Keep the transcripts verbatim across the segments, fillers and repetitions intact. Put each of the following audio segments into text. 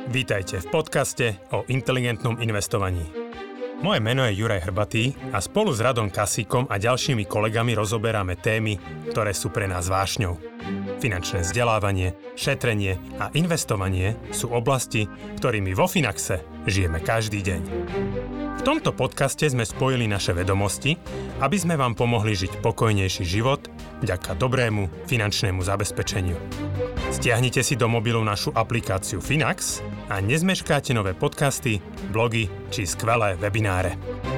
Vítajte v podcaste o inteligentnom investovaní. Moje meno je Juraj Hrbatý a spolu s Radom Kasíkom a ďalšími kolegami rozoberáme témy, ktoré sú pre nás vášňou. Finančné vzdelávanie, šetrenie a investovanie sú oblasti, ktorými vo Finaxe žijeme každý deň. V tomto podcaste sme spojili naše vedomosti, aby sme vám pomohli žiť pokojnejší život vďaka dobrému finančnému zabezpečeniu. Stiahnite si do mobilu našu aplikáciu Finax a nezmeškáte nové podcasty, blogy či skvelé webináre.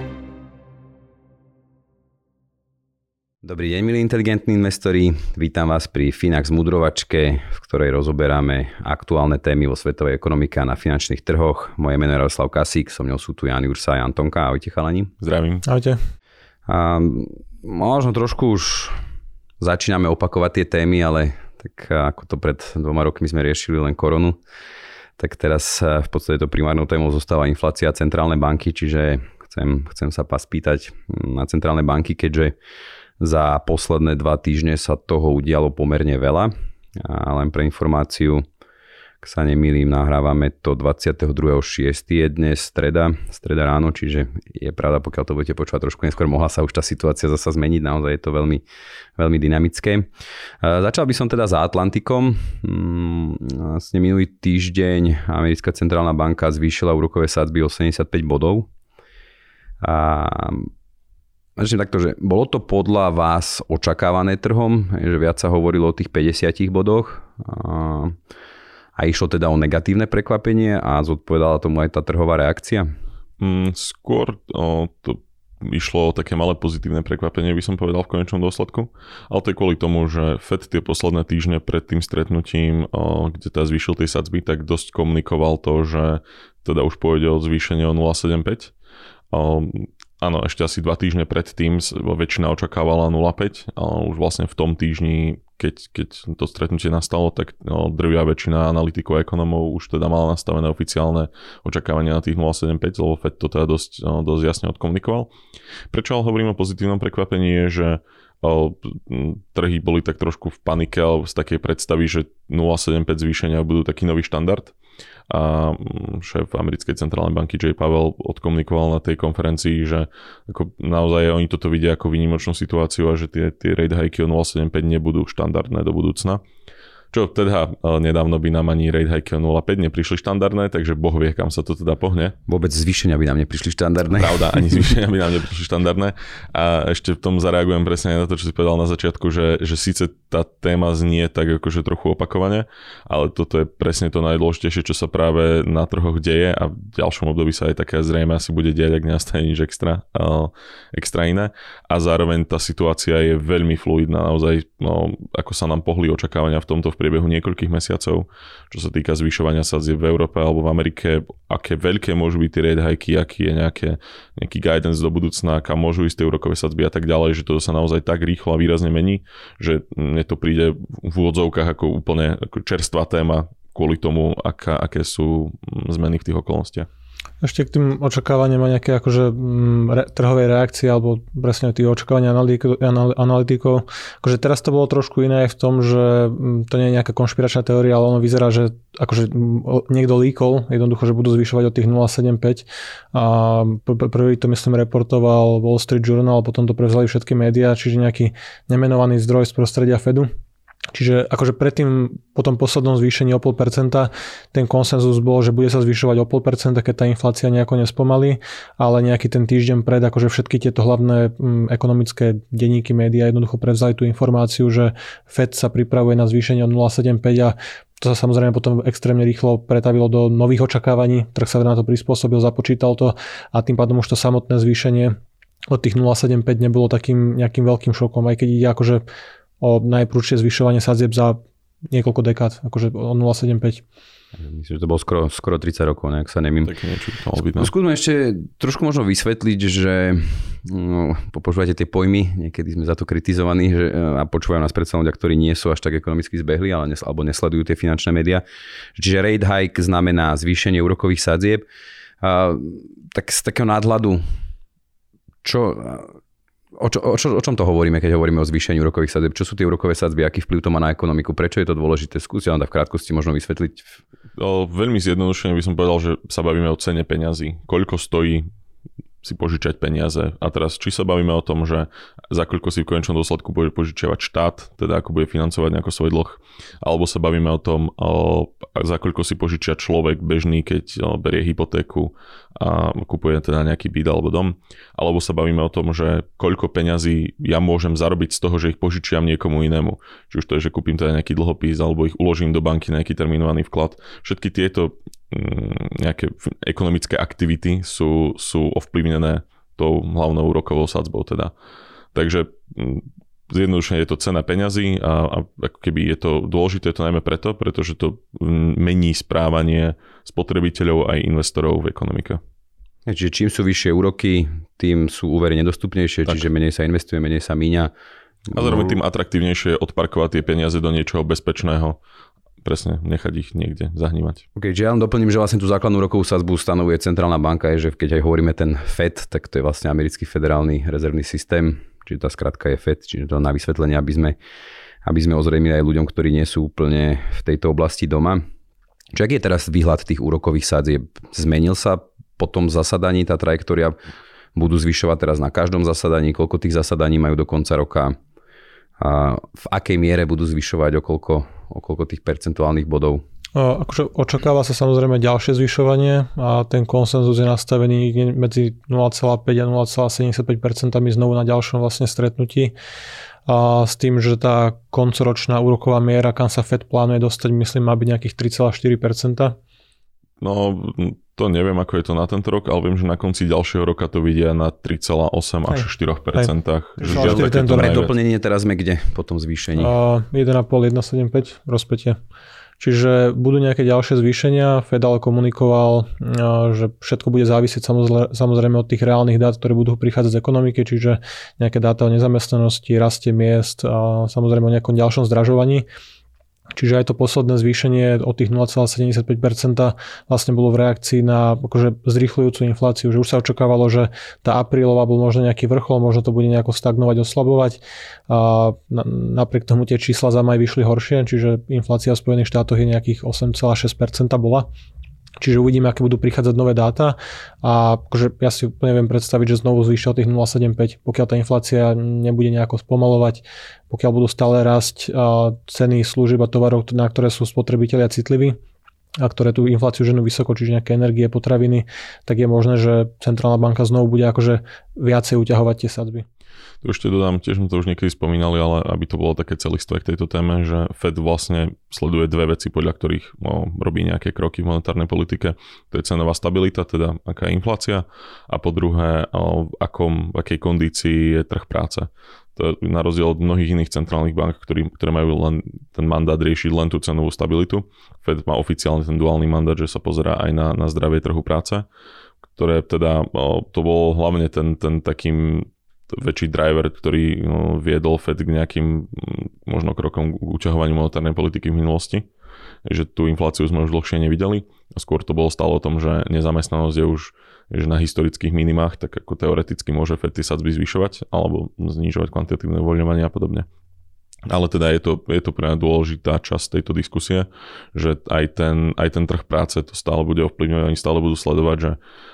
Dobrý deň, milí inteligentní investori. Vítam vás pri Finax Mudrovačke, v ktorej rozoberáme aktuálne témy vo svetovej ekonomike a na finančných trhoch. Moje meno je Radoslav Kasík, so mnou sú tu Jan Jursa a Antonka. Ahojte chalani. Zdravím. Ahojte. A možno trošku už začíname opakovať tie témy, ale tak ako to pred dvoma rokmi sme riešili len koronu, tak teraz v podstate to primárnou témou zostáva inflácia a centrálne banky, čiže chcem, chcem sa vás spýtať na centrálne banky, keďže za posledné dva týždne sa toho udialo pomerne veľa. A len pre informáciu, ak sa nemýlim, nahrávame to dvadsiateho druhého šiesteho je dnes streda, streda ráno, čiže je pravda, pokiaľ to budete počúvať trošku neskôr, mohla sa už tá situácia zasa zmeniť, naozaj je to veľmi, veľmi dynamické. A začal by som teda za Atlantikom. Vlastne minulý týždeň americká centrálna banka zvýšila úrokové sadzby o sedemdesiatpäť bodov. A Začnem takto, že bolo to podľa vás očakávané trhom, že viac sa hovorilo o tých päťdesiatich bodoch a, a išlo teda o negatívne prekvapenie a zodpovedala tomu aj tá trhová reakcia? Mm, skôr o, to išlo o také malé pozitívne prekvapenie, by som povedal v konečnom dôsledku, ale to je kvôli tomu, že Fed tie posledné týždne pred tým stretnutím, o, kde teda zvýšil tie sadzby, tak dosť komunikoval to, že teda už pôjde o zvýšenie o nula celá sedemdesiatpäť. O, Áno, ešte asi dva týždne predtým väčšina očakávala nula celá päť, ale už vlastne v tom týždni, keď, keď to stretnutie nastalo, tak no, drvivá väčšina analytikov a ekonomov už teda mala nastavené oficiálne očakávania na tých nula celá sedemdesiatpäť, lebo Fed to teda dosť, no, dosť jasne odkomunikoval. Prečo ale hovorím o pozitívnom prekvapení je, že o, trhy boli tak trošku v panike alebo z takej predstavy, že nula celá sedemdesiatpäť zvýšenia budú taký nový štandard. A šéf americkej centrálnej banky Jay Powell odkomunikoval na tej konferencii, že ako naozaj oni toto vidia ako výnimočnú situáciu a že tie, tie rate hikey o nula celá sedemdesiatpäť nebudú štandardné do budúcna. Čo teda nedávno by nám ani rate hikey o nula celá päť neprišli štandardné, takže boh vie, kam sa to teda pohne. Vôbec zvýšenia by nám neprišli štandardné. Pravda, ani zvýšenia by nám neprišli štandardné. A ešte v tom zareagujem presne na to, čo si povedal na začiatku, že, že síce tá téma znie tak akože trochu opakovane, ale toto je presne to najdôležitejšie, čo sa práve na trhoch deje a v ďalšom období sa aj také zrejme asi bude diať, ak nenastane nič extra, uh, extra iné. A zároveň tá situácia je veľmi fluidná, naozaj no, ako sa nám pohli očakávania v tomto v priebehu niekoľkých mesiacov, čo sa týka zvyšovania sadzieb v Európe alebo v Amerike, aké veľké môžu byť tie rate hikey, aký je nejaké, nejaký guidance do budúcna, kam môžu ísť tie úrokové sadzby a tak ďalej, že to sa naozaj tak rýchlo a výrazne mení, že mne to príde v úvodzovkách ako úplne ako čerstvá téma kvôli tomu, aká, aké sú zmeny v tých okolnostiach. Ešte k tým očakávaniam a nejaké akože re, trhovej reakcie alebo presne tých očakávania analytikov, analytikov. Akože teraz to bolo trošku iné aj v tom, že to nie je nejaká konšpiračná teória, ale ono vyzerá, že akože niekto líkol jednoducho, že budú zvyšovať od tých nula celá sedemdesiatpäť a prvý to myslím reportoval Wall Street Journal, potom to prevzali všetky médiá, čiže nejaký nemenovaný zdroj z prostredia Fedu. Čiže akože predtým po tom poslednom zvýšení o nula celá päť percenta ten konsenzus bol, že bude sa zvyšovať o nula celá päť percenta, keď tá inflácia nejako nespomalí, ale nejaký ten týždeň pred akože všetky tieto hlavné m, ekonomické denníky, médiá jednoducho prevzali tú informáciu, že Fed sa pripravuje na zvýšenie o nula celá sedemdesiatpäť a to sa samozrejme potom extrémne rýchlo pretavilo do nových očakávaní, trh sa na to prispôsobil, započítal to a tým pádom už to samotné zvýšenie od tých nula celá sedemdesiatpäť nebolo takým nejakým veľkým šokom, aj keď ide akože o najprúčšie zvyšovanie sadzieb za niekoľko dekád, akože o nula celá sedemdesiatpäť. Myslím, že to bolo skoro, skoro tridsať rokov, nejak sa nemým. Tak niečo to malo byť. No. Skúsme ešte trošku možno vysvetliť, že no, počúvate tie pojmy, niekedy sme za to kritizovaní že, a počúvajú nás predsa ľudia, ktorí nie sú až tak ekonomicky zbehli, ale nes, alebo nesledujú tie finančné médiá. Čiže rate hike znamená zvýšenie úrokových sadzieb. A, tak z takého nadhľadu, čo... O, čo, o, čo, o čom to hovoríme, keď hovoríme o zvýšení úrokových sadzieb? Čo sú tie úrokové sadzby, aký vplyv to má na ekonomiku? Prečo je to dôležité? Skúste nám v krátkosti možno vysvetliť. O, veľmi zjednodušene by som povedal, že sa bavíme o cene peňazí. Koľko stojí si požičať peniaze. A teraz, či sa bavíme o tom, že za koľko si v konečnom dôsledku bude požičiavať štát, teda ako bude financovať nejako svoj dlh, alebo sa bavíme o tom, o, za koľko si požičia človek bežný, keď o, berie hypotéku a kupuje teda nejaký byt alebo dom, alebo sa bavíme o tom, že koľko peňazí ja môžem zarobiť z toho, že ich požičiam niekomu inému. Či už to je, že kúpim teda nejaký dlhopis, alebo ich uložím do banky na nejaký terminovaný vklad. Všetky tieto nejaké ekonomické aktivity sú, sú ovplyvnené tou hlavnou úrokovou sadzbou teda. Takže zjednodušene je to cena peňazí a, a ako keby je to dôležité to najmä preto, pretože to mení správanie spotrebiteľov aj investorov v ekonomike. Čiže čím sú vyššie úroky, tým sú úvery nedostupnejšie, tak. Čiže menej sa investuje, menej sa míňa. A zároveň tým atraktívnejšie je odparkovať tie peniaze do niečoho bezpečného. Presne, nechať ich niekde zahnívať. Ok, čiže ja len doplním, že vlastne tú základnú úrokovú sadzbu stanovuje centrálna banka, je, že keď aj hovoríme ten Fed, tak to je vlastne americký federálny rezervný systém, čiže tá skratka je Fed, čiže to na vysvetlenie, aby sme, aby sme ozrejmili aj ľuďom, ktorí nie sú úplne v tejto oblasti doma. Čiže aký je teraz výhľad tých úrokových sadzieb? Zmenil sa po tom zasadaní tá trajektória? Budú zvyšovať teraz na každom zasadaní? Koľko tých zasadaní majú do konca roka? A v akej miere budú zvyšovať, okoľko, okoľko tých percentuálnych bodov? O, akože očakáva sa samozrejme ďalšie zvyšovanie a ten konsenzus je nastavený medzi nula celá päť a nula celá sedemdesiatpäť percent znovu na ďalšom vlastne stretnutí. A s tým, že tá koncoročná úroková miera, kam sa Fed plánuje dostať, myslím, má byť nejakých tri celá štyri percenta. No, to neviem, ako je to na tento rok, ale viem, že na konci ďalšieho roka to vidia na tri celá osem až štyri percentá. Dobre, doplnenie teraz sme kde po tom zvýšení? Uh, jeden celá päť, jeden celá sedem päť rozpätie. Čiže budú nejaké ďalšie zvýšenia. Fed ale komunikoval, uh, že všetko bude závisieť samozrejme od tých reálnych dát, ktoré budú prichádzať z ekonomiky, čiže nejaké dáta o nezamestnanosti, raste miest a samozrejme o nejakom ďalšom zdražovaní. Čiže aj to posledné zvýšenie od tých nula celá sedemdesiatpäť percenta vlastne bolo v reakcii na akože zrýchľujúcu infláciu, že už sa očakávalo, že tá aprílová bol možno nejaký vrchol, možno to bude nejako stagnovať, oslabovať. A napriek tomu tie čísla za maj vyšli horšie, čiže inflácia v Spojených štátoch je nejakých osem celá šesť percenta bola. Čiže uvidíme, aké budú prichádzať nové dáta a akože ja si úplne viem predstaviť, že znovu zvýšia tých nula celá sedem päť, pokiaľ tá inflácia nebude nejako spomalovať, pokiaľ budú stále rásť ceny služieb a tovarov, na ktoré sú spotrebitelia citliví a ktoré tú infláciu ženú vysoko, čiže nejaké energie, potraviny, tak je možné, že centrálna banka znovu bude akože viacej uťahovať tie sadzby. Tu ešte dodám, tiež sme to už niekedy spomínali, ale aby to bolo také celistvé k tejto téme, že Fed vlastne sleduje dve veci, podľa ktorých no, robí nejaké kroky v monetárnej politike. To je cenová stabilita, teda aká je inflácia, a po druhé, v, akom, v akej kondícii je trh práce. To je na rozdiel od mnohých iných centrálnych bank, ktorý, ktoré majú len ten mandát riešiť len tú cenovú stabilitu. Fed má oficiálne ten duálny mandát, že sa pozerá aj na, na zdravie trhu práce, ktoré teda, to bol hlavne ten, ten takým väčší driver, ktorý no, viedol Fed k nejakým možno krokom k uťahovaniu monetárnej politiky v minulosti. Že tú infláciu sme už dlhšie nevideli. A skôr to bolo stále o tom, že nezamestnanosť je už že na historických minimách, tak ako teoreticky môže Fed tie sadzby zvyšovať alebo znižovať kvantitatívne uvoľňovanie a podobne. Ale teda je to, je to pre mňa dôležitá časť tejto diskusie, že aj ten, aj ten trh práce to stále bude ovplyvňovať, oni stále budú sledovať, že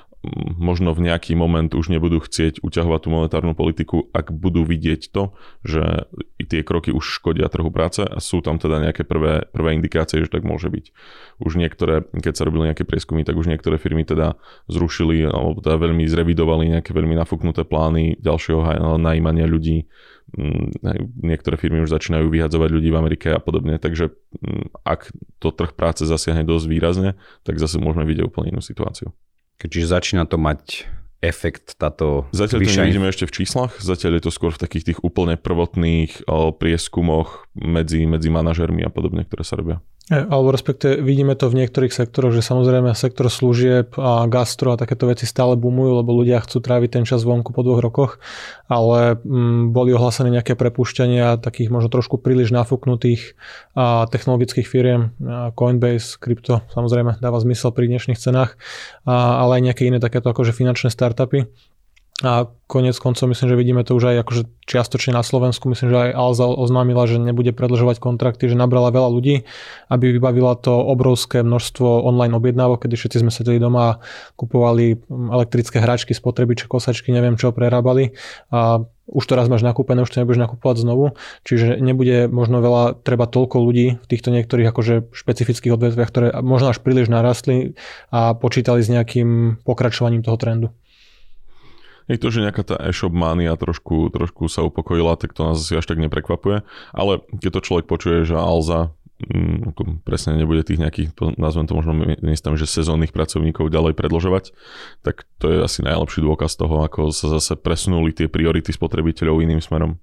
možno v nejaký moment už nebudú chcieť uťahovať tú monetárnu politiku, ak budú vidieť to, že tie kroky už škodia trhu práce a sú tam teda nejaké prvé, prvé indikácie, že tak môže byť. Už niektoré, keď sa robili nejaké prieskumy, tak už niektoré firmy teda zrušili alebo teda veľmi zrevidovali nejaké veľmi nafúknuté plány ďalšieho najímania ľudí. Niektoré firmy už začínajú vyhadzovať ľudí v Amerike a podobne, takže ak to trh práce zasiahne dosť výrazne, tak zase môžeme vidieť úplne inú situáciu. Čiže začína to mať efekt táto Zatiaľ to nevidíme ešte v číslach, zatiaľ je to skôr v takých tých úplne prvotných o, prieskumoch medzi, medzi manažermi a podobne, ktoré sa robia. Alebo respektive vidíme to v niektorých sektoroch, že samozrejme sektor služieb a gastro a takéto veci stále bumujú, lebo ľudia chcú tráviť ten čas vonku po dvoch rokoch, ale m, boli ohlásené nejaké prepúšťania takých možno trošku príliš nafúknutých a technologických firiem, a Coinbase, krypto, samozrejme dáva zmysel pri dnešných cenách, a, ale aj nejaké iné takéto akože finančné startupy. A koniec koncov myslím, že vidíme to už aj akože čiastočne na Slovensku. Myslím, že aj Alza oznámila, že nebude predĺžovať kontrakty, že nabrala veľa ľudí, aby vybavila to obrovské množstvo online objednávok, kedy všetci sme sedeli doma a kupovali elektrické hračky, spotrebiče, kosačky, neviem čo, prerábali. A už to raz máš nakúpené, už to nebudeš nakupovať znovu. Čiže nebude možno veľa, treba toľko ľudí v týchto niektorých akože špecifických odvetviach, ktoré možno až príliš narastli a počítali s nejakým pokračovaním toho trendu. Je to, že nejaká tá e-shop mania trošku, trošku sa upokojila, tak to nás asi až tak neprekvapuje. Ale keď to človek počuje, že Alza mm, ako presne nebude tých nejakých, nazvem to možno miestami, že sezónnych pracovníkov ďalej predĺžovať, tak to je asi najlepší dôkaz toho, ako sa zase presunuli tie priority spotrebiteľov iným smerom.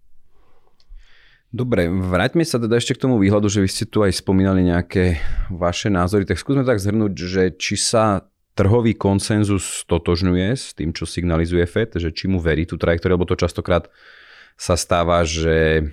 Dobre, vráťme sa teda ešte k tomu výhľadu, že vy ste tu aj spomínali nejaké vaše názory, tak skúsme tak zhrnúť, že či sa trhový konsenzus stotožňuje s tým, čo signalizuje Fed, že či mu verí tú trajektóriu, lebo to častokrát sa stáva, že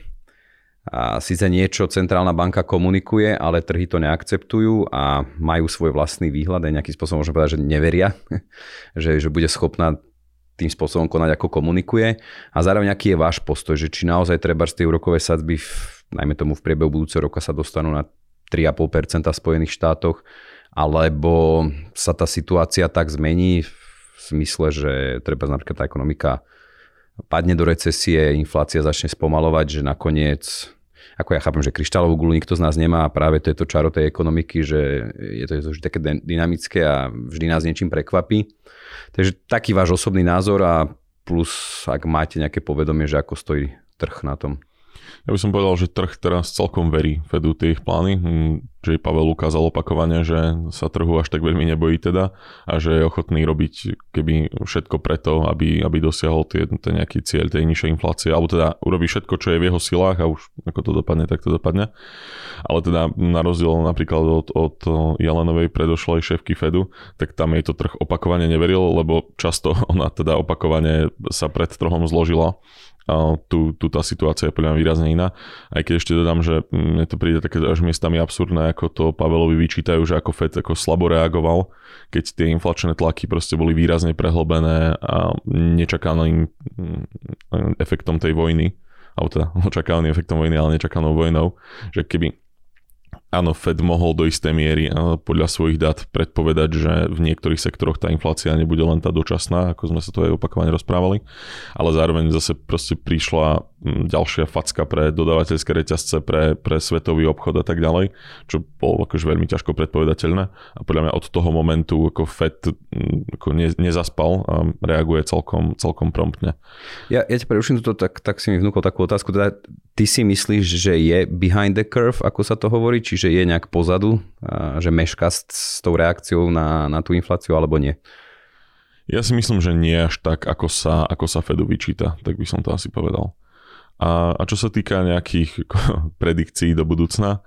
a síce niečo centrálna banka komunikuje, ale trhy to neakceptujú a majú svoj vlastný výhľad, aj nejakým spôsobom môžeme povedať, že neveria, že, že bude schopná tým spôsobom konať, ako komunikuje. A zároveň aký je váš postoj, že či naozaj treba z tej úrokové sadzby, v, najmä tomu v priebehu budúceho roka sa dostanú na tri celé päť percenta v Spojených štátoch, alebo sa tá situácia tak zmení v smysle, že treba napríklad tá ekonomika padne do recesie, inflácia začne spomalovať, že nakoniec, ako ja chápem, že kryštálovú guľu nikto z nás nemá a práve to je to čaro tej ekonomiky, že je to, je to vždy také dynamické a vždy nás niečím prekvapí. Takže taký váš osobný názor a plus ak máte nejaké povedomie, že ako stojí trh na tom. Ja by som povedal, že trh teraz celkom verí Fedu tie ich plány, že Pavel ukázal opakovane, že sa trhu až tak veľmi nebojí teda a že je ochotný robiť keby všetko preto, aby, aby dosiahol tie, ten nejaký cieľ tej nižšej inflácie, alebo teda urobí všetko, čo je v jeho silách a už ako to dopadne, tak to dopadne. Ale teda na rozdiel napríklad od, od Jelenovej predošlej šéfky Fedu, tak tam jej to trh opakovane neveril, lebo často ona teda opakovane sa pred trhom zložila. Tu, tu tá situácia je podľa mňa výrazne iná. Aj keď ešte dodám, že mne to príde také až miestami absurdné, ako to Pavelovi vyčítajú, že ako Fed ako slabo reagoval, keď tie inflačné tlaky proste boli výrazne prehlbené a nečakaným efektom tej vojny, alebo teda očakávaným efektom vojny, ale nečakanou vojnou, že keby áno, Fed mohol do istej miery podľa svojich dát predpovedať, že v niektorých sektoroch tá inflácia nebude len tá dočasná, ako sme sa to aj opakovane rozprávali, ale zároveň zase proste prišla ďalšia facka pre dodávateľské reťazce, pre, pre svetový obchod a tak ďalej, čo bolo akože veľmi ťažko predpovedateľné a podľa mňa od toho momentu ako Fed ako ne, nezaspal a reaguje celkom, celkom promptne. Ja, ja ťa preruším toto, tak, tak si mi vnúkol takú otázku, teda ty si myslíš, že je behind the curve, ako sa to hovorí, či že je nejak pozadu, že mešká s, s tou reakciou na, na tú infláciu, alebo nie? Ja si myslím, že nie až tak, ako sa, ako sa Fedu vyčíta, tak by som to asi povedal. A, a čo sa týka nejakých predikcií do budúcna,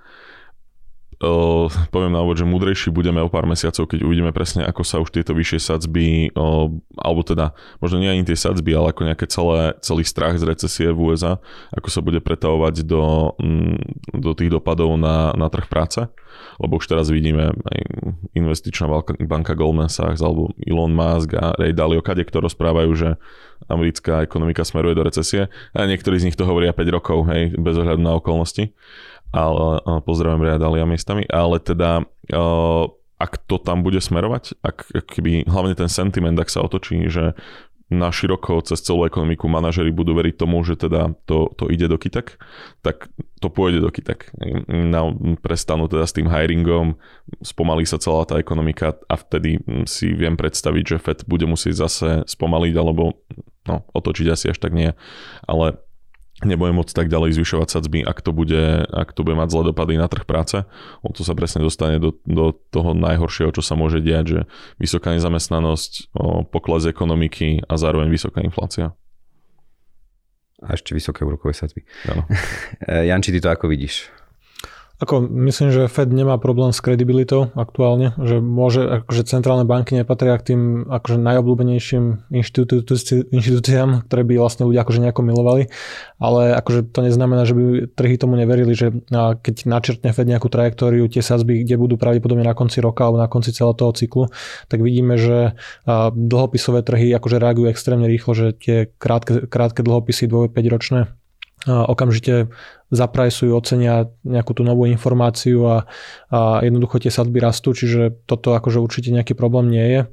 Uh, poviem na úvod, že múdrejší budeme o pár mesiacov, keď uvidíme presne, ako sa už tieto vyššie sadzby, uh, alebo teda možno nie ani tie sadzby, ale ako nejaké celé, celý strach z recesie v ú es á, ako sa bude pretavovať do, um, do tých dopadov na, na trh práce. Lebo už teraz vidíme aj investičná banka Goldman Sachs alebo Elon Musk a Ray Dalio, kade kto rozprávajú, že americká ekonomika smeruje do recesie a niektorí z nich to hovoria päť rokov, hej, bez ohľadu na okolnosti. Ale pozdravujem Raya Dalia miestami, ale teda uh, ak to tam bude smerovať, ak, ak keby hlavne ten sentiment, ak sa otočí, že na široko cez celú ekonomiku manažeri budú veriť tomu, že teda to, to ide do kytek, tak to pôjde do kytek. Na, prestanú teda s tým hiringom, spomalí sa celá tá ekonomika a vtedy si viem predstaviť, že Fed bude musieť zase spomaliť, alebo no, otočiť asi až tak nie, ale nebudem môcť tak ďalej zvyšovať sadzby, ak to bude, ak to bude mať zlé dopady na trh práce. On to sa presne dostane do, do toho najhoršieho, čo sa môže diať, že vysoká nezamestnanosť, pokles ekonomiky a zároveň vysoká inflácia. A ešte vysoké úrokové sadzby. Áno. Janči, ty to ako vidíš? Ako, myslím, že Fed nemá problém s kredibilitou aktuálne, že môže, akože centrálne banky nepatria k tým akože najobľúbenejším inštitúci- inštitúciám, ktoré by vlastne ľudia akože nejako milovali, ale akože to neznamená, že by trhy tomu neverili, že keď načrtne Fed nejakú trajektóriu, tie sadzby, kde budú pravdepodobne na konci roka alebo na konci celého toho cyklu, tak vidíme, že dlhopisové trhy akože reagujú extrémne rýchlo, že tie krátke, krátke dlhopisy dve päť ročné okamžite zaprajsujú, ocenia nejakú tú novú informáciu a, a jednoducho tie sadzby rastú, čiže toto akože určite nejaký problém nie je.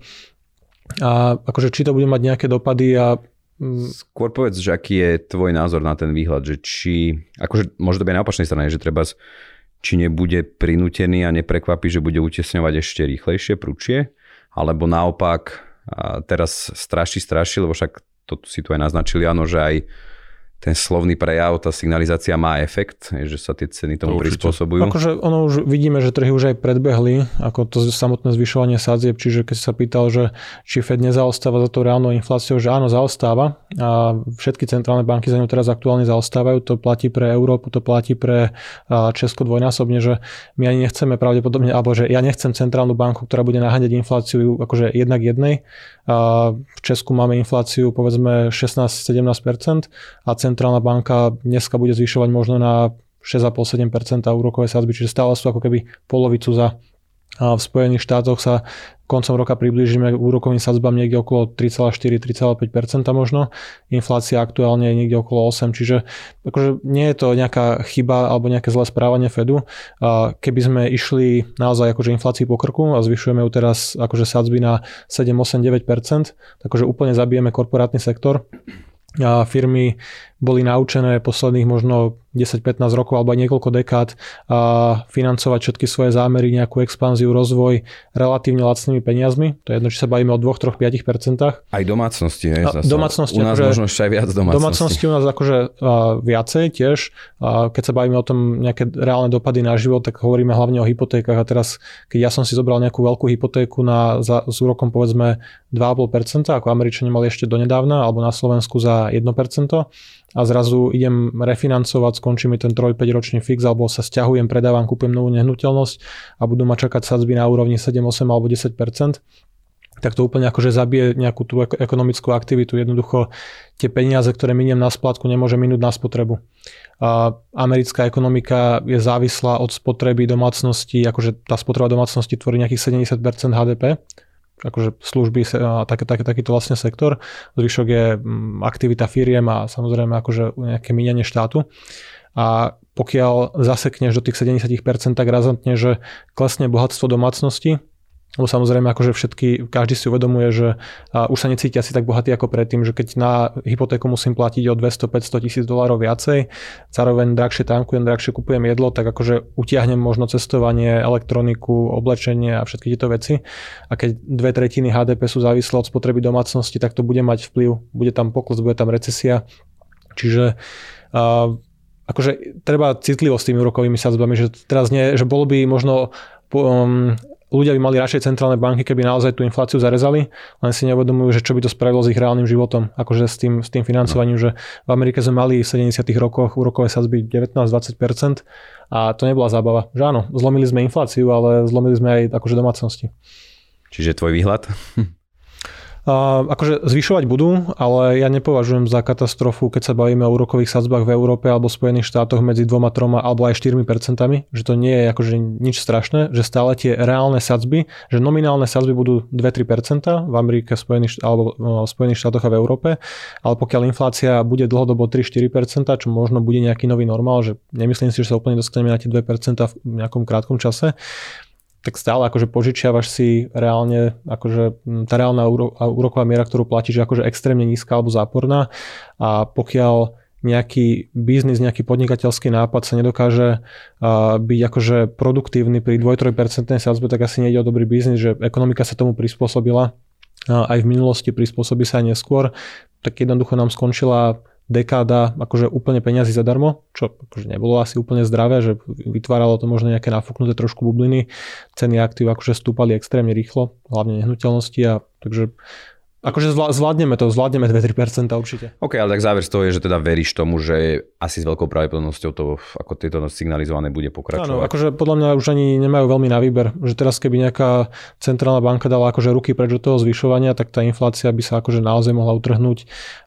A akože či to bude mať nejaké dopady a skôr povedz, že aký je tvoj názor na ten výhľad, že či, akože môže to byť na opačnej strane, že treba či nebude prinútený a neprekvapí, že bude utesňovať ešte rýchlejšie, prúčie, alebo naopak teraz straší, straší, lebo však to si tu aj naznačili, áno, že aj ten slovný prejav, tá signalizácia má efekt, že sa tie ceny tomu to prispôsobujú. Akože ono už vidíme, že trhy už aj predbehli, ako to samotné zvyšovanie sadzieb, čiže keď sa pýtal, že či Fed nezaostáva za to reálnou infláciou, že áno, zaostáva a všetky centrálne banky za ňou teraz aktuálne zaostávajú, to platí pre Európu, to platí pre Česko dvojnásobne, že my ani nechceme pravdepodobne, alebo že ja nechcem centrálnu banku, ktorá bude naháňať infláciu akože jednak jednej. A v Česku máme infláciu povedzme šestnásť sedemnásť percent a centrálna banka dneska bude zvyšovať možno na šesť celá päť až sedem percent úrokové sadzby, čiže stále sú ako keby polovicu za. A v Spojených štátoch sa koncom roka priblížime k úrokovým sadzbám niekde okolo tri celá štyri až tri celá päť percent možno. Inflácia aktuálne je niekde okolo osem, čiže akože nie je to nejaká chyba alebo nejaké zlé správanie Fedu. A keby sme išli naozaj akože inflácii po krku a zvyšujeme ju teraz akože sadzby na sedem, osem, deväť percent, takže úplne zabijeme korporátny sektor. A firmy boli naučené posledných možno desať pätnásť rokov alebo aj niekoľko dekád a financovať všetky svoje zámery, nejakú expanziu, rozvoj relatívne lacnými peniazmi. To je jedno, či sa bavíme o dva, tri, päť percentách. Aj domácnosti. Je, zasa. domácnosti u nás akože, možno ešte aj viac domácnosti. Domácnosti u nás akože a, viacej tiež. A keď sa bavíme o tom nejaké reálne dopady na život, tak hovoríme hlavne o hypotékach. A teraz, keď ja som si zobral nejakú veľkú hypotéku na, za, s úrokom povedzme dva celá päť percenta, ako Američania mali ešte donedávna, alebo na Slovensku za jedno percento, a zrazu idem refinancovať, skončí mi ten tri päť ročný fix, alebo sa sťahujem, predávam, kúpim novú nehnuteľnosť a budú ma čakať sadzby na úrovni sedem, osem alebo desať percent, tak to úplne akože zabije nejakú tú ekonomickú aktivitu. Jednoducho tie peniaze, ktoré miniem na splátku, nemôže minúť na spotrebu. A americká ekonomika je závislá od spotreby domácností, akože tá spotreba domácností tvorí nejakých sedemdesiat percent há dé pé, akože služby a tak, tak, takýto vlastne sektor. Zvyšok je aktivita firiem a samozrejme akože nejaké míňanie štátu. A pokiaľ zasekneš do tých sedemdesiat percent tak razantne, že klesne bohatstvo domácnosti, lebo samozrejme akože všetky, každý si uvedomuje, že už sa necíti asi tak bohatý ako predtým, že keď na hypotéku musím platiť o dvesto päťsto tisíc dolárov viacej, zároveň drahšie tankujem, drahšie kupujem jedlo, tak akože utiahnem možno cestovanie, elektroniku, oblečenie a všetky tieto veci. A keď dve tretiny há dé pé sú závislé od spotreby domácnosti, tak to bude mať vplyv, bude tam pokles, bude tam recesia. Čiže uh, akože treba citlivo s tými úrokovými sadzbami, že teraz nie, že bolo by možno um, ľudia by mali radšej centrálne banky, keby naozaj tú infláciu zarezali, len si neuvedomujú, že čo by to spravilo s ich reálnym životom, akože s tým, s tým financovaním, no. Že v Amerike sme mali v sedemdesiatych rokoch úrokové sadzby devätnásť až dvadsať percent a to nebola zábava. Že áno, zlomili sme infláciu, ale zlomili sme aj akože domácnosti. Čiže tvoj výhľad? Uh, akože zvyšovať budú, ale ja nepovažujem za katastrofu, keď sa bavíme o úrokových sadzbách v Európe alebo Spojených štátoch medzi dvoma, troma alebo aj štyrmi percentami, že to nie je akože nič strašné, že stále tie reálne sadzby, že nominálne sadzby budú dva až tri percentá v Amerike, Spojených, alebo v Spojených štátoch a v Európe, ale pokiaľ inflácia bude dlhodobo tri až štyri percentá, čo možno bude nejaký nový normál, že nemyslím si, že sa úplne dostaneme na tie dva percentá v nejakom krátkom čase, tak stále akože požičiavaš si reálne, akože tá reálna úroková miera, ktorú platíš, je akože extrémne nízka alebo záporná a pokiaľ nejaký biznis, nejaký podnikateľský nápad sa nedokáže uh, byť akože produktívny pri dva až tri percentnej sadzbe, tak asi nejde o dobrý biznis, že ekonomika sa tomu prispôsobila uh, aj v minulosti, prispôsobí sa aj neskôr, tak jednoducho nám skončila dekáda akože úplne peniazy zadarmo, čo akože nebolo asi úplne zdravé, že vytváralo to možno nejaké nafúknuté trošku bubliny. Ceny aktív akože stúpali extrémne rýchlo, hlavne nehnuteľnosti a takže Akože zvládneme to, zvládneme dva až tri percentá určite. OK, ale tak záver z toho je, že teda veríš tomu, že asi s veľkou pravdepodobnosťou to ako tieto signalizované bude pokračovať. Áno, akože podľa mňa už ani nemajú veľmi na výber, že teraz keby nejaká centrálna banka dala akože ruky preč od toho zvyšovania, tak tá inflácia by sa akože naozaj mohla utrhnúť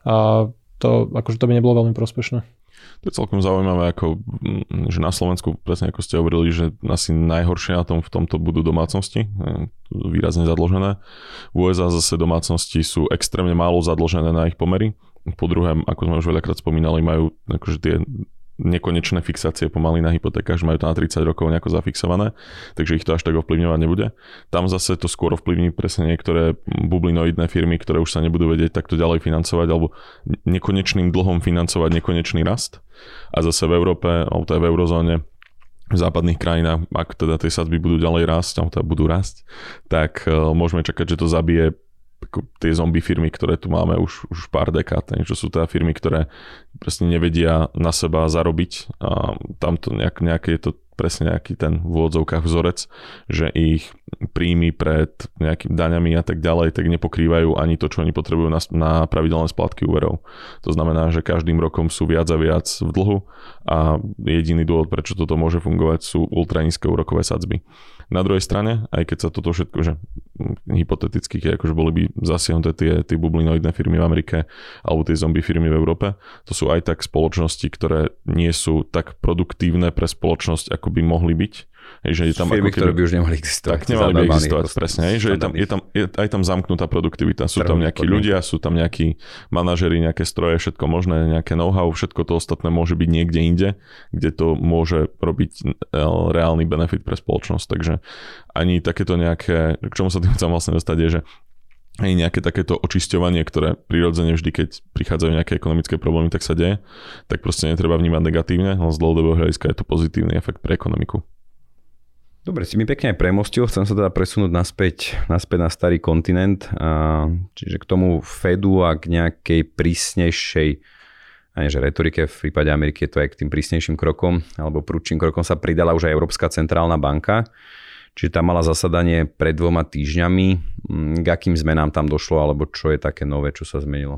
a to, akože to by nebolo veľmi prospešné. To je celkom zaujímavé, ako, že na Slovensku, presne ako ste hovorili, že asi najhoršie na tom v tomto budú domácnosti, výrazne zadlžené. V ú es á zase domácnosti sú extrémne málo zadlžené na ich pomery. Po druhé, ako sme už veľakrát spomínali, majú akože tie nekonečné fixácie pomaly na hypotékach, že majú to na tridsať rokov nejako zafixované, takže ich to až tak ovplyvňovať nebude. Tam zase to skôr ovplyvní presne niektoré bublinoidné firmy, ktoré už sa nebudú vedieť takto ďalej financovať alebo nekonečným dlhom financovať nekonečný rast. A zase v Európe, alebo to je v eurozóne, v západných krajinách, ak teda tie sadzby budú ďalej rásť, alebo teda budú rásť, tak môžeme čakať, že to zabije tie zombie firmy, ktoré tu máme už, už pár dekád, čo sú teda firmy, ktoré presne nevedia na seba zarobiť a tam to nejak, nejaké je to presne nejaký ten v úvodzovkách vzorec, že ich príjmy pred nejakými daňami a tak ďalej, tak nepokrývajú ani to, čo oni potrebujú na, na pravidelné splátky úverov. To znamená, že každým rokom sú viac a viac v dlhu a jediný dôvod, prečo toto môže fungovať, sú ultranízke úrokové sadzby. Na druhej strane, aj keď sa toto všetko, že hypoteticky, akože boli by zasiahnuté tie, tie bublinoidné firmy v Amerike alebo tie zombie firmy v Európe, to sú aj tak spoločnosti, ktoré nie sú tak produktívne pre spoločnosť, ako by mohli byť. Hej, že je tam firmy, ako keby, ktoré by už nemali existovať. Tak nemali by existovať, presne. Hej, že je tam, je, tam, je aj tam zamknutá produktivita. Sú tam nejakí ľudia, sú tam nejakí manažeri, nejaké stroje, všetko možné, nejaké know-how, všetko to ostatné môže byť niekde inde, kde to môže robiť reálny benefit pre spoločnosť. Takže ani takéto nejaké, k čomu sa tým chcem vlastne dostať, je, že aj nejaké takéto očisťovanie, ktoré prirodzene vždy, keď prichádzajú nejaké ekonomické problémy, tak sa deje, tak proste netreba vnímať negatívne, ale z dlhodobého hľadiska je to pozitívny efekt pre ekonomiku. Dobre, si mi pekne aj premostil, chcem sa teda presunúť naspäť, naspäť na starý kontinent, a, čiže k tomu Fedu a k nejakej prísnejšej, ani že retorike, v prípade Ameriky je to aj k tým prísnejším krokom, alebo prudším krokom sa pridala už aj Európska centrálna banka, čiže tam mala zasadanie pred dvoma týždňami, k akým zmenám tam došlo, alebo čo je také nové, čo sa zmenilo?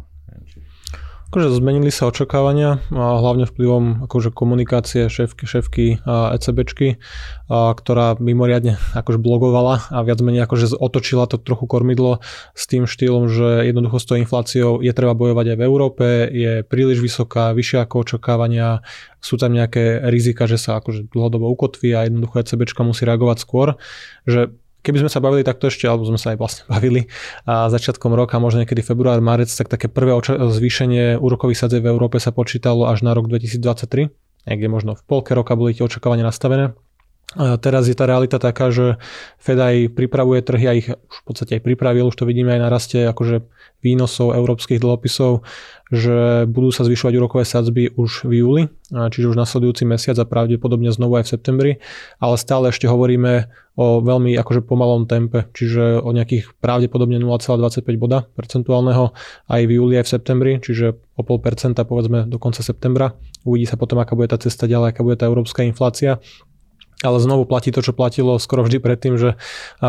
Akože zmenili sa očakávania, a hlavne vplyvom akože komunikácie šéfky, šéfky a ECBčky, a ktorá mimoriadne akože blogovala a viac menej akože otočila to trochu kormidlo s tým štýlom, že jednoducho s tou infláciou je treba bojovať aj v Európe, je príliš vysoká, vyššia ako očakávania, sú tam nejaké rizika, že sa akože dlhodobo ukotví a jednoducho ECBčka musí reagovať skôr, že keby sme sa bavili takto ešte, alebo sme sa aj vlastne bavili a začiatkom roka, možno niekedy február, marec, tak také prvé oča- zvýšenie úrokových sadzieb v Európe sa počítalo až na rok dvetisícdvadsaťtri, niekde možno v polke roka boli tie očakávania nastavené. A teraz je tá realita taká, že Fed aj pripravuje trhy a ich už v podstate aj pripravil, už to vidíme aj na raste akože výnosov európskych dlhopisov, že budú sa zvyšovať úrokové sadzby už v júli, čiže už nasledujúci mesiac a pravdepodobne znovu aj v septembri, ale stále ešte hovoríme o veľmi akože pomalom tempe, čiže o nejakých pravdepodobne nula celá dvadsaťpäť boda percentuálneho aj v júli aj v septembri, čiže o pol percenta povedzme do konca septembra. Uvidí sa potom, aká bude tá cesta ďalej, aká bude tá európska inflácia. Ale znovu platí to, čo platilo skoro vždy predtým, že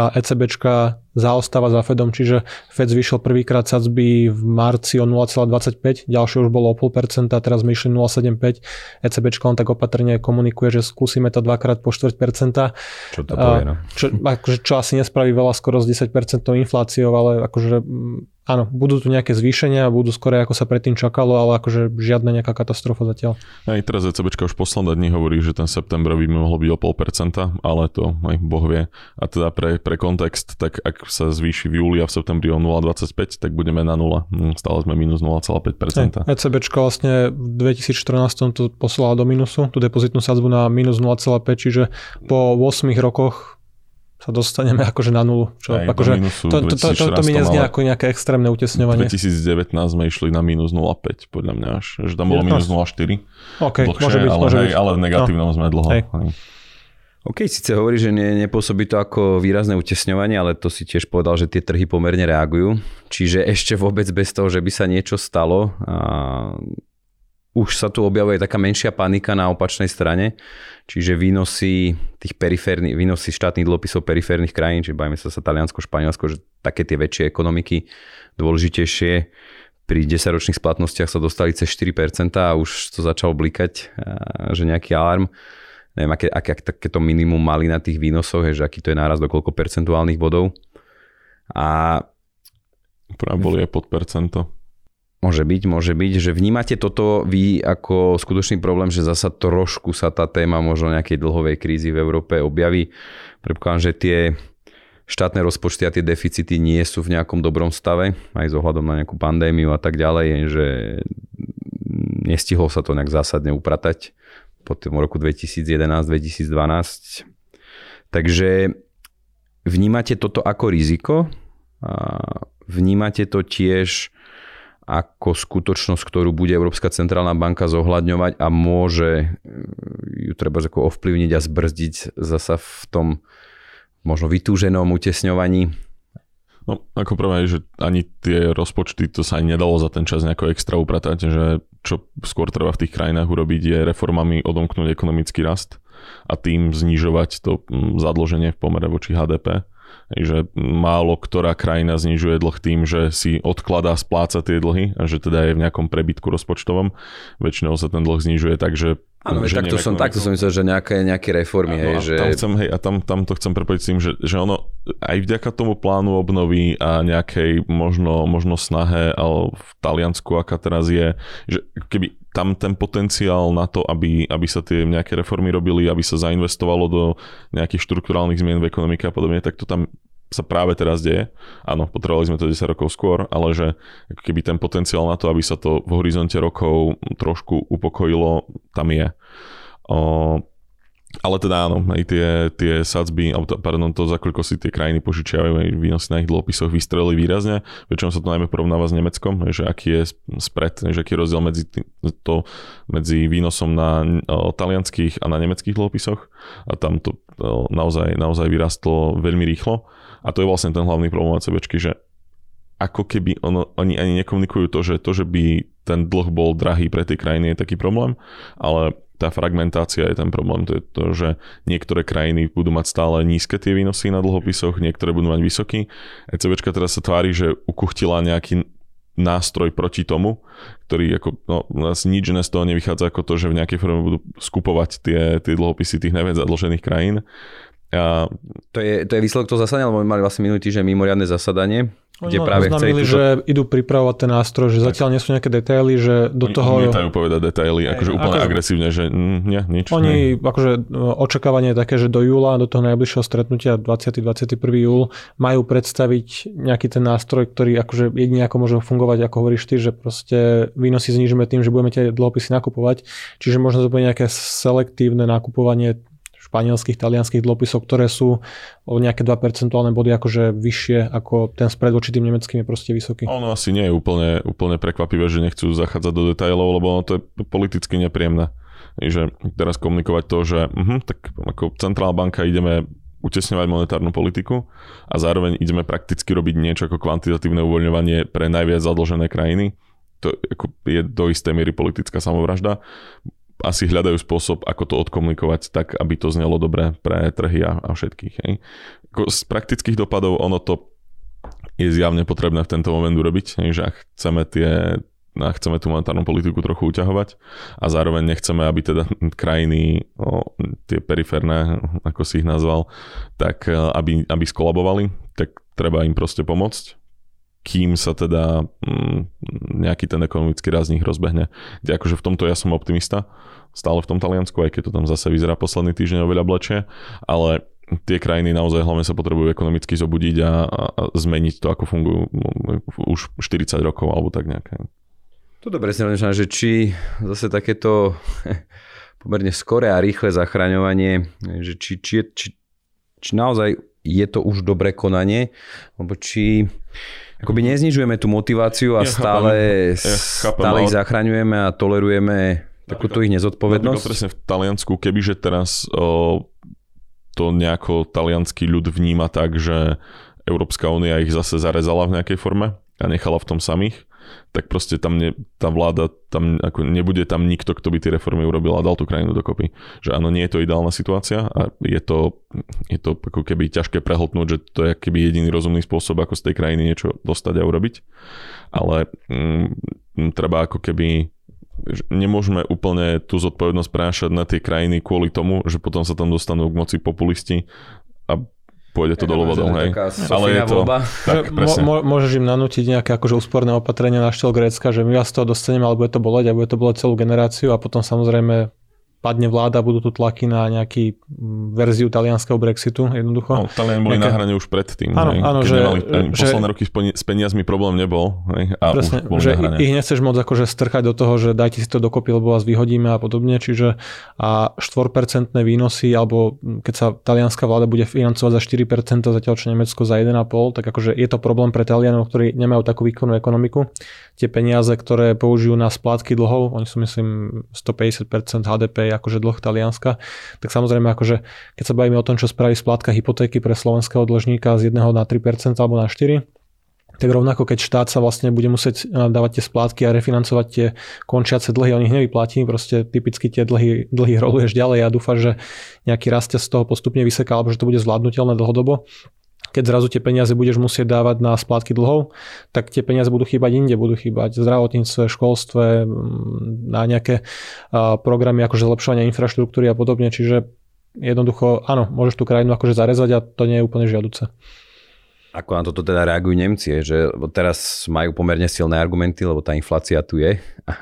ECBčka zaostáva za Fedom, čiže Fed zvýšil prvýkrát sadzby v marci o nula celá dvadsaťpäť, ďalšie už bolo o pol percenta, teraz sme išli nula celá sedemdesiatpäť. ECBčka len tak opatrne komunikuje, že skúsime to dvakrát po štvrť percenta. Čo to povie, no? Čo, akože, čo asi nespraví veľa, skoro s desať percent infláciou, ale akože áno, budú tu nejaké zvýšenia, budú skore ako sa predtým čakalo, ale akože žiadna nejaká katastrofa zatiaľ. Aj teraz ECBčka už posledné dni hovorí, že ten septembrový by mohol byť o pol percenta, ale to aj Boh vie. A teda pre, pre kontext, tak ak sa zvýši v júli a v septembri o nula celá dvadsaťpäť, tak budeme na nula. Stále sme minus nula celá päť percenta. ECBčka vlastne v dvetisícštrnásť to poslala do minusu, tú depozitnú sadzbu na minus nula celá päť, čiže po ôsmich rokoch sa dostaneme akože na nulu. Čo, aj, akože, to, to, to, to, to mi neznie ako nejaké extrémne utesňovanie. V dvetisícdevätnásť sme išli na minus nula celá päť, podľa mňa až. Že tam bolo minus nula celá štyri. OK, dlhšie, môže byť. Ale, môže hej, byť. ale v negatívnom no. sme dlho. Hej. Hej. OK, síce hovorí, že ne, nepôsobí to ako výrazné utesňovanie, ale to si tiež povedal, že tie trhy pomerne reagujú. Čiže ešte vôbec bez toho, že by sa niečo stalo, a už sa tu objavuje taká menšia panika na opačnej strane, čiže výnosy tých periférnych, výnosy štátnych dlhopisov periférnych krajín, čiže bavíme sa sa Taliansko, Španielsko, že také tie väčšie ekonomiky, dôležitejšie, pri desaťročných splatnostiach sa dostali cez štyri percentá a už to začalo blikať, že nejaký alarm. Neviem, aké, aké takéto minimum mali na tých výnosoch, že aký to je náraz do koľko percentuálnych bodov. A práve boli aj pod percento. Môže byť, môže byť, že vnímate toto vy ako skutočný problém, že zasa trošku sa tá téma možno nejakej dlhovej krízy v Európe objaví. Predpokladám, že tie štátne rozpočty a tie deficity nie sú v nejakom dobrom stave, aj s ohľadom na nejakú pandémiu a tak ďalej, že nestihlo sa to nejak zásadne upratať po tom roku dvetisícjedenásť dvetisícdvanásť. Takže vnímate toto ako riziko? A vnímate to tiež ako skutočnosť, ktorú bude Európska centrálna banka zohľadňovať a môže ju treba ako ovplyvniť a zbrzdiť zasa v tom možno vytúženom utesňovaní? No, ako prvé, že ani tie rozpočty, to sa ani nedalo za ten čas nejako extra upratať, že čo skôr treba v tých krajinách urobiť je reformami odomknúť ekonomický rast a tým znižovať to zadlženie v pomere voči há dé pé. Že málo ktorá krajina znižuje dlh tým, že si odkladá spláca tie dlhy a že teda je v nejakom prebytku rozpočtovom. Väčšinou sa ten dlh znižuje tak, že áno, takto som, takto som myslel, že nejaké, nejaké reformy. Áno, hej, a že... tam, chcem, hej, a tam, tam to chcem prepojiť s tým, že, že ono aj vďaka tomu plánu obnovy a nejakej možno, možno snahe ale v Taliansku, aká teraz je, že keby tam ten potenciál na to, aby, aby sa tie nejaké reformy robili, aby sa zainvestovalo do nejakých štrukturálnych zmien v ekonomike a podobne, tak to tam sa práve teraz deje. Áno, potrebovali sme to desať rokov skôr, ale že ako keby ten potenciál na to, aby sa to v horizonte rokov trošku upokojilo, tam je. O, ale teda áno, aj tie, tie sadzby, pardon, to za koľko si tie krajiny požičiavajú, aj výnosy na ich dlhopisoch vystrelili výrazne. Väčšinou sa to najmä porovnáva s Nemeckom, že aký je spread, že aký je rozdiel medzi, tým, to, medzi výnosom na o, talianských a na nemeckých dlhopisoch. A tam to o, naozaj, naozaj vyrastlo veľmi rýchlo. A to je vlastne ten hlavný problém á cé béčky, že ako keby ono, oni ani nekomunikujú to, že to, že by ten dlh bol drahý pre tie krajiny je taký problém, ale tá fragmentácia je ten problém. To je to, že niektoré krajiny budú mať stále nízke tie výnosy na dlhopisoch, niektoré budú mať vysoký. á cé béčka teraz sa tvári, že ukuchtila nejaký nástroj proti tomu, ktorý ako, no, asi nič iné z toho nevychádza ako to, že v nejakej forme budú skupovať tie, tie dlhopisy tých najviac zadlžených krajín. A... To je, to je výsledok toho zasadania, lebo my mali vlastne minulý týždeň mimoriadne zasadanie, Oni kde práve oznámili, túto... že idú pripravovať ten nástroj, že tak. Zatiaľ nie sú nejaké detaily, že do toho... Oni netajú povedať detaily, akože úplne akože... agresívne, že mm, nie, nič. Oni, nie. akože očakávanie je také, že do júla, do toho najbližšieho stretnutia dvadsiateho dvadsiateho prvého júl majú predstaviť nejaký ten nástroj, ktorý akože jedine ako môže fungovať, ako hovoríš ty, že proste výnosy znižíme tým, že budeme tie dlhopisy nakupovať. Čiže možno to bude nejaké selektívne nakupovanie španielských, talianských dlhopisov, ktoré sú o nejaké dva percentuálne body akože vyššie ako ten spread voči tým nemeckým je proste vysoký. Ono asi nie je úplne, úplne prekvapivé, že nechcú zachádzať do detailov, lebo ono to je politicky nepríjemné. Že teraz komunikovať to, že uh-huh, tak ako centrálna banka ideme utesňovať monetárnu politiku a zároveň ideme prakticky robiť niečo ako kvantitatívne uvoľňovanie pre najviac zadlžené krajiny. To je do istej miery politická samovražda. Asi hľadajú spôsob, ako to odkomunikovať tak, aby to znelo dobre pre trhy a, a všetkých. Hej. Z praktických dopadov ono to je zjavne potrebné v tento moment urobiť, hej, že ak chceme, tie, ak chceme tú monetárnu politiku trochu uťahovať a zároveň nechceme, aby teda krajiny, no, tie periférne, ako si ich nazval, tak aby, aby skolabovali, tak treba im proste pomôcť, kým sa teda mm, nejaký ten ekonomický rast z nich rozbehne. Kde akože v tomto ja som optimista, stále v tom Taliansku, aj keď to tam zase vyzerá posledný týždeň oveľa blečie, ale tie krajiny naozaj hlavne sa potrebujú ekonomicky zobudiť a, a zmeniť to, ako fungujú už štyridsať rokov alebo tak nejaké. To dobre si rozmýšľam, že či zase takéto pomerne skoré a rýchle zachraňovanie, že či, či, či, či naozaj je to už dobré konanie, alebo či akoby neznižujeme tú motiváciu a ja stále, chápem, ja chápem, stále ich zachraňujeme a tolerujeme takúto ich nezodpovednosť. Presne v Taliansku, kebyže teraz o, to nejako taliansky ľud vníma tak, že Európska únia ich zase zarezala v nejakej forme a nechala v tom samých, tak proste tam ne, tá vláda, tam ako nebude tam nikto, kto by tie reformy urobil a dal tú krajinu dokopy. Že áno, nie je to ideálna situácia a je to, je to ako keby ťažké prehltnúť, že to je keby jediný rozumný spôsob, ako z tej krajiny niečo dostať a urobiť. Ale mm, treba ako keby nemôžeme úplne tú zodpovednosť prenášať na tie krajiny kvôli tomu, že potom sa tam dostanú k moci populisti a pôjde to dolu vodou, hej. Ale je to... Tak, mo, môžeš im nanútiť nejaké akože úsporné opatrenia na štýl Grécka, že my vás toho dostaneme, ale bude to boleť a bude to boleť celú generáciu a potom samozrejme padne vláda, budú tu tlaky na nejaký verziu talianskeho Brexitu, jednoducho. No, Taliani boli Nejaké... na hrane už predtým. Áno, áno, keď že, nemali, že... posledné roky s peniazmi problém nebol. Hej, a presne, už boli že na hrane. Ich nechceš môcť akože strkať do toho, že dajte si to dokopy, lebo vás vyhodíme a podobne. Čiže a štyri percentné výnosy, alebo keď sa talianská vláda bude financovať za štyri percentá, zatiaľ čo Nemecko za jeden celá päť, tak akože je to problém pre Talianov, ktorí nemajú takú výkonnú ekonomiku. Tie peniaze, ktoré použijú na splátky dlhov, oni sú myslím stopäťdesiat percent há dé pé akože dlh Talianska, tak samozrejme akože keď sa bavíme o tom, čo spraví splátka hypotéky pre slovenského dlžníka z jedného na tri percentá alebo na štyri percentá, tak rovnako keď štát sa vlastne bude musieť dávať tie splátky a refinancovať tie končiace dlhy, on ich nevyplatí, proste typicky tie dlhy, dlhy roluješ ďalej a dúfaš, že nejaký rastia z toho postupne vyseká, alebo že to bude zvládnutelné dlhodobo. Keď zrazu tie peniaze budeš musieť dávať na splátky dlhov, tak tie peniaze budú chýbať inde, budú chýbať v zdravotníctve, školstve, na nejaké programy akože zlepšovania infraštruktúry a podobne, čiže jednoducho, áno, môžeš tú krajinu akože zarezať a to nie je úplne žiaduce. Ako na toto teda reagujú Nemci, že teraz majú pomerne silné argumenty, lebo tá inflácia tu je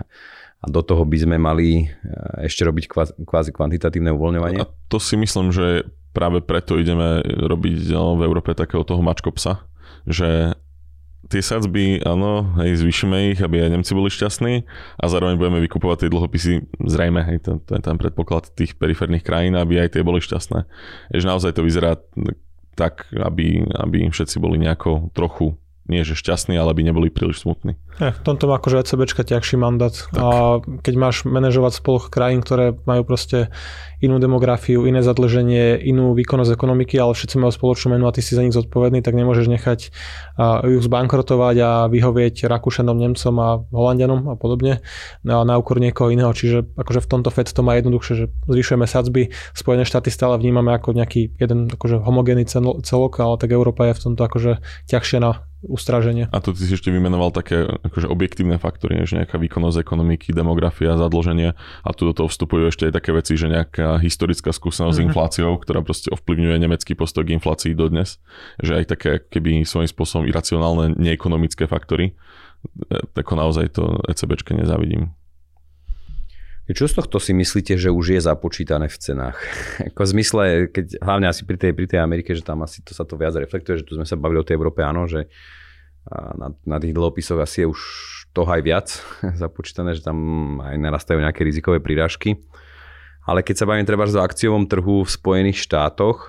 a do toho by sme mali ešte robiť kvázi kvantitatívne uvoľňovanie. A to si myslím, že práve preto ideme robiť v Európe takého toho mačkopsa, že tie sadzby, áno, hej, zvýšime ich, aby aj Nemci boli šťastní a zároveň budeme vykupovať tie dlhopisy, zrejme, hej, to, to je ten predpoklad tých periférnych krajín, aby aj tie boli šťastné. Jež naozaj to vyzerá tak, aby, aby všetci boli nejako trochu, nie že šťastní, ale aby neboli príliš smutní. Ja, v tomto má akože ECBčka ťažší mandát. Tak. A keď máš manažovať spoloch krajín, ktoré majú proste inú demografiu, iné zadlženie, inú výkonnosť ekonomiky, ale všetci majú spoločnú menu a ty si za nich zodpovedný, tak nemôžeš nechať ju zbankrotovať a vyhovieť Rakúšanom, Nemcom a Holandianom a podobne na, na úkor niekoho iného. Čiže akože v tomto Fed to má jednoduchšie, že zvyšujeme sadzby. Spojené štáty stále vnímame ako nejaký jeden akože homogénny celok, ale tak Európa je v tomto akože ťažšie na ustráženie. A tu ty si ešte vymenoval také akože objektívne faktory, že nejaká výkonnosť ekonomiky, demografia, zadlženie a tu do toho vstupujú ešte aj také veci, že nejaká historická skúsenosť mm-hmm. s infláciou, ktorá proste ovplyvňuje nemecký postoj k inflácii dodnes, že aj také keby svojím spôsobom iracionálne neekonomické faktory, tak naozaj to ECBčke nezávidím. Čo z tohto si myslíte, že už je započítané v cenách? Ako v zmysle, keď hlavne asi pri tej, pri tej Amerike, že tam asi to sa to viac reflektuje, že tu sme sa bavili o tej Európe, áno, že na, na tých dlhopisoch asi je už toho aj viac započítané, že tam aj narastajú nejaké rizikové prírážky. Ale keď sa bavíme treba o akciovom trhu v Spojených štátoch,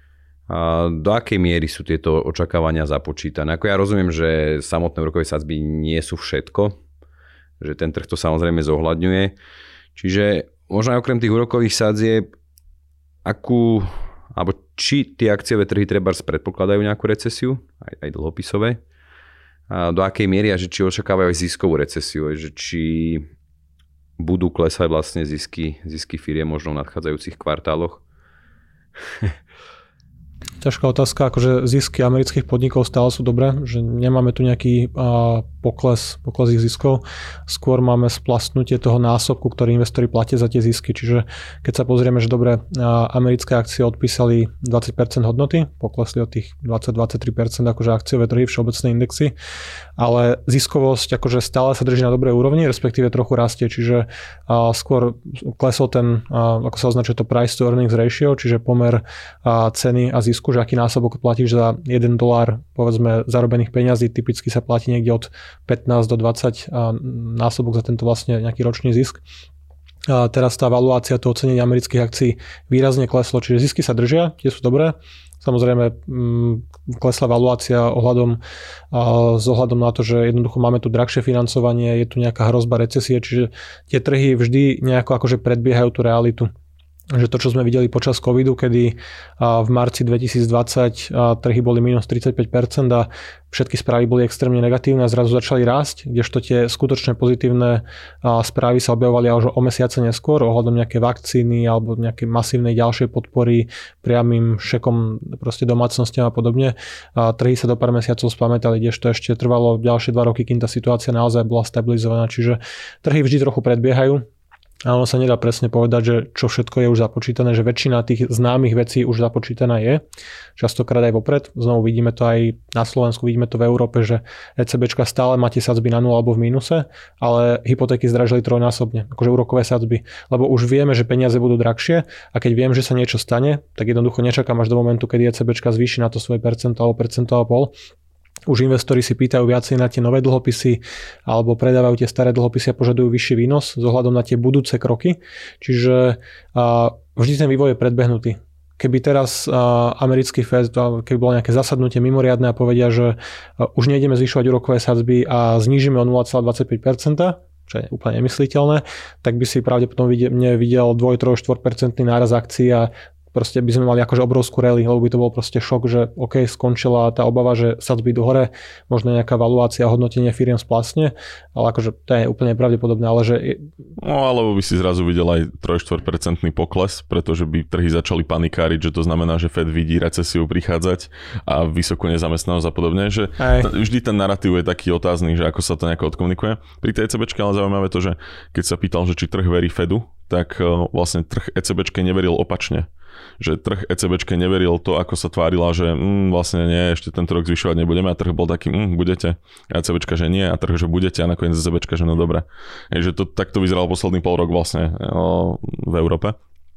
do akej miery sú tieto očakávania započítané? Ako ja rozumiem, že samotné úrokové sadzby nie sú všetko, že ten trh to samozrejme zohľadňuje. Čiže možno aj okrem tých úrokových sadzieb, akú, alebo či tie akciové trhy treba predpokladajú nejakú recesiu, aj, aj dlhopisové, a do akej miery a že či očakávajú aj ziskovú recesiu, že či budú klesať vlastne zisky, zisky firiem možno v nadchádzajúcich kvartáloch. Ťažká otázka, akože zisky amerických podnikov stále sú dobré, že nemáme tu nejaký a, pokles, pokles ich ziskov. Skôr máme splastnutie toho násobku, ktorý investori platia za tie zisky. Čiže keď sa pozrieme, že dobre, a, americké akcie odpísali dvadsať percent hodnoty, poklesli od tých dvadsať až dvadsaťtri percent akože akciové trhy, všeobecné indexy, ale ziskovosť akože stále sa drží na dobrej úrovni, respektíve trochu rastie, čiže a, skôr klesol ten, a, ako sa označuje to price to earnings ratio, čiže pomer a, ceny a zisku, že aký násobok platíš za jeden dolár, povedzme, zarobených peňazí, typicky sa platí niekde od pätnásť do dvadsať násobok za tento vlastne nejaký ročný zisk. A teraz tá valuácia, to ocenenie amerických akcií výrazne kleslo, čiže zisky sa držia, tie sú dobré. Samozrejme klesla valuácia ohľadom, s ohľadom na to, že jednoducho máme tu drahšie financovanie, je tu nejaká hrozba recesie, čiže tie trhy vždy nejako akože predbiehajú tú realitu. že to, čo sme videli počas covidu, kedy v marci dvetisícdvadsať trhy boli minus tridsaťpäť percent a všetky správy boli extrémne negatívne a zrazu začali rásť, kdežto tie skutočne pozitívne správy sa objavovali až o mesiace neskôr ohľadom nejaké vakcíny alebo nejaké masívnej ďalšej podpory priamým šekom proste domácnostiam a podobne. A trhy sa do pár mesiacov spamätali, kdežto ešte trvalo ďalšie dva roky, kým tá situácia naozaj bola stabilizovaná. Čiže trhy vždy trochu predbiehajú. A ono sa nedá presne povedať, že čo všetko je už započítané, že väčšina tých známych vecí už započítaná je. Častokrát aj vopred. Znovu vidíme to aj na Slovensku, vidíme to v Európe, že ECBčka stále máte sadzby na nulu alebo v mínuse, ale hypotéky zdražili trojnásobne, akože úrokové sadzby. Lebo už vieme, že peniaze budú drahšie a keď viem, že sa niečo stane, tak jednoducho nečakám až do momentu, kedy ECBčka zvýši na to svoje percento alebo percento a pol. Už investori si pýtajú viacej na tie nové dlhopisy alebo predávajú tie staré dlhopisy a požadujú vyšší výnos s ohľadom na tie budúce kroky. Čiže uh, vždy ten vývoj je predbehnutý. Keby teraz uh, americký Fed, keby bolo nejaké zasadnutie mimoriadne a povedia, že uh, už nejdeme zvyšovať úrokové sadzby a znížime o nula celá dvadsaťpäť percent, čo je úplne nemysliteľné, tak by si pravdepodobne videl dva, tri, štyri percent náraz akcií a proste by sme mali akože obrovskú rally, lebo by to bol proste šok, že OK, skončila tá obava, že sadzby idú hore, možno nejaká valuácia, hodnotenie firiem splasne, ale akože to je úplne pravdepodobné, ale že... No, alebo by si zrazu videl aj tri až štyri percent pokles, pretože by trhy začali panikáriť, že to znamená, že Fed vidí recesiu prichádzať a vysokú nezamestnanosť a podobne, že t- vždy ten narratív je taký otázny, že ako sa to nejako odkomunikuje. Pri tej ECBčke ale zaujímavé to, že keď sa pýtal, že či trh verí Fedu, tak vlastne trh ECBčke neveril opačne. Že trh ECBčke neveril to, ako sa tvárila, že mm, vlastne nie, ešte tento rok zvyšovať nebudeme a trh bol taký, mm, budete. A ECBčka, že nie a trh, že budete a nakoniec ECBčka, že no dobre. Je, že to takto vyzeral posledný pol rok vlastne o, v Európe.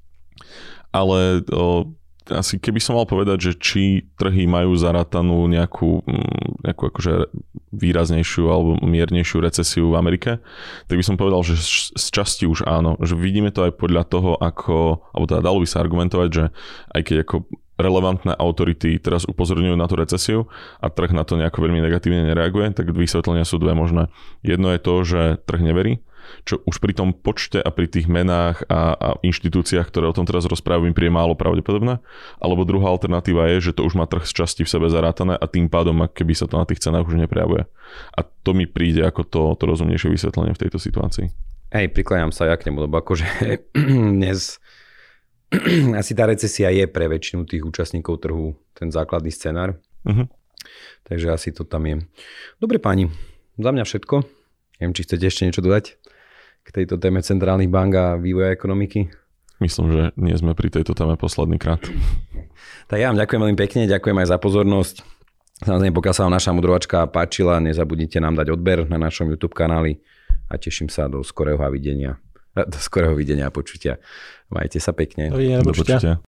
Ale o, asi keby som mal povedať, že či trhy majú zarátanú nejakú, nejakú akože výraznejšiu alebo miernejšiu recesiu v Amerike, tak by som povedal, že z časti už áno. Že vidíme to aj podľa toho, ako, alebo teda dalo by sa argumentovať, že aj keď ako relevantné autority teraz upozorňujú na tú recesiu a trh na to nejako veľmi negatívne nereaguje, tak vysvetlenia sú dve možné. Jedno je to, že trh neverí, čo už pri tom počte a pri tých menách a, a inštitúciách, ktoré o tom teraz rozprávajú, im príde málo pravdepodobné. Alebo druhá alternatíva je, že to už má trh z časti v sebe zarátané a tým pádom, keby sa to na tých cenách už neprejavuje. A to mi príde ako to, to rozumnejšie vysvetlenie v tejto situácii. Hej, prikláňam sa ja k nemu, lebo akože dnes asi tá recesia je pre väčšinu tých účastníkov trhu ten základný scenár. Uh-huh. Takže asi to tam je. Dobre páni, za mňa všetko. Neviem, či chcete ešte niečo dodať k tejto téme centrálnych bank a vývoja ekonomiky? Myslím, že nie sme pri tejto téme posledný krát. Tak ja vám ďakujem veľmi pekne, ďakujem aj za pozornosť. Samozrejme, pokiaľ sa vám naša mudrovačka páčila, nezabudnite nám dať odber na našom YouTube kanáli a teším sa do skorého videnia. Do skorého videnia a počutia. Majte sa pekne. Do počutia.